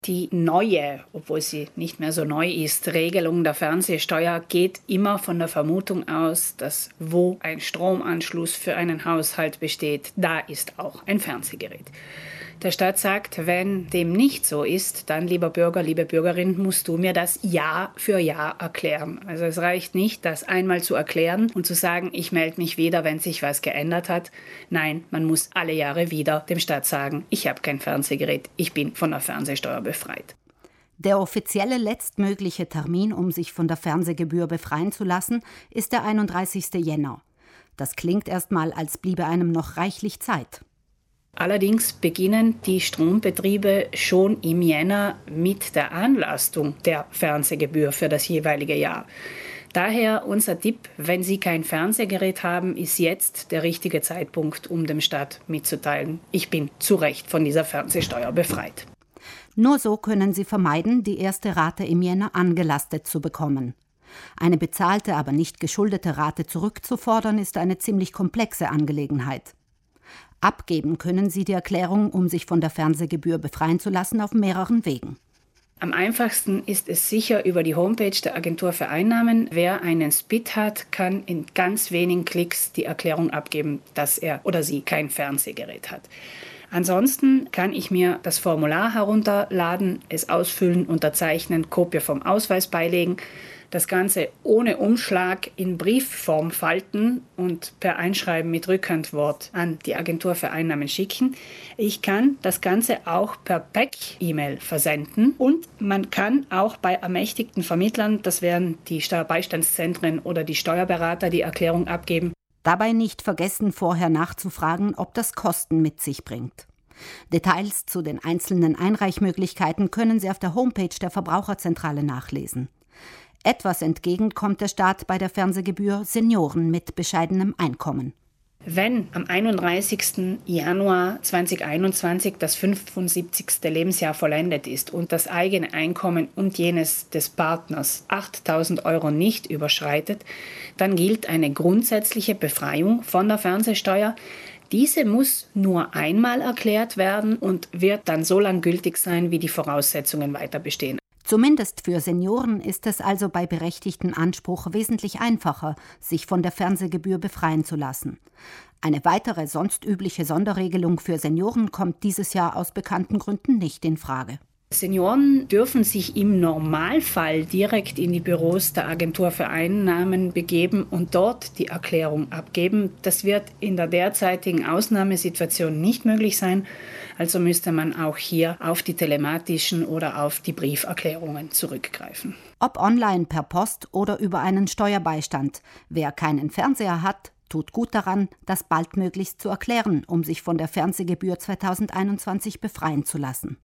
Die neue, obwohl sie nicht mehr so neu ist, Regelung der Fernsehsteuer geht immer von der Vermutung aus, dass wo ein Stromanschluss für einen Haushalt besteht, da ist auch ein Fernsehgerät. Der Staat sagt, wenn dem nicht so ist, dann, lieber Bürger, liebe Bürgerin, musst du mir das Jahr für Jahr erklären. Also es reicht nicht, das einmal zu erklären und zu sagen, ich melde mich wieder, wenn sich was geändert hat. Nein, man muss alle Jahre wieder dem Staat sagen, ich habe kein Fernsehgerät, ich bin von der Fernsehsteuer befreit. Der offizielle letztmögliche Termin, um sich von der Fernsehgebühr befreien zu lassen, ist der 31. Jänner. Das klingt erstmal, als bliebe einem noch reichlich Zeit. Allerdings beginnen die Strombetriebe schon im Jänner mit der Anlastung der Fernsehgebühr für das jeweilige Jahr. Daher unser Tipp, wenn Sie kein Fernsehgerät haben, ist jetzt der richtige Zeitpunkt, um dem Staat mitzuteilen, ich bin zu Recht von dieser Fernsehsteuer befreit. Nur so können Sie vermeiden, die erste Rate im Jänner angelastet zu bekommen. Eine bezahlte, aber nicht geschuldete Rate zurückzufordern, ist eine ziemlich komplexe Angelegenheit. Abgeben können Sie die Erklärung, um sich von der Fernsehgebühr befreien zu lassen, auf mehreren Wegen. Am einfachsten ist es sicher über die Homepage der Agentur für Einnahmen. Wer einen SPIT hat, kann in ganz wenigen Klicks die Erklärung abgeben, dass er oder sie kein Fernsehgerät hat. Ansonsten kann ich mir das Formular herunterladen, es ausfüllen, unterzeichnen, Kopie vom Ausweis beilegen, das Ganze ohne Umschlag in Briefform falten und per Einschreiben mit Rückantwort an die Agentur für Einnahmen schicken. Ich kann das Ganze auch per PEC-E-Mail versenden und man kann auch bei ermächtigten Vermittlern, das wären die Steuerbeistandszentren oder die Steuerberater, die Erklärung abgeben. Dabei nicht vergessen, vorher nachzufragen, ob das Kosten mit sich bringt. Details zu den einzelnen Einreichmöglichkeiten können Sie auf der Homepage der Verbraucherzentrale nachlesen. Etwas entgegen kommt der Staat bei der Fernsehgebühr Senioren mit bescheidenem Einkommen. Wenn am 31. Januar 2021 das 75. Lebensjahr vollendet ist und das eigene Einkommen und jenes des Partners 8.000 € nicht überschreitet, dann gilt eine grundsätzliche Befreiung von der Fernsehsteuer. Diese muss nur einmal erklärt werden und wird dann so lang gültig sein, wie die Voraussetzungen weiter bestehen. Zumindest für Senioren ist es also bei berechtigtem Anspruch wesentlich einfacher, sich von der Fernsehgebühr befreien zu lassen. Eine weitere sonst übliche Sonderregelung für Senioren kommt dieses Jahr aus bekannten Gründen nicht in Frage. Senioren dürfen sich im Normalfall direkt in die Büros der Agentur für Einnahmen begeben und dort die Erklärung abgeben. Das wird in der derzeitigen Ausnahmesituation nicht möglich sein. Also müsste man auch hier auf die telematischen oder auf die Brieferklärungen zurückgreifen. Ob online, per Post oder über einen Steuerbeistand. Wer keinen Fernseher hat, tut gut daran, das baldmöglichst zu erklären, um sich von der Fernsehgebühr 2021 befreien zu lassen.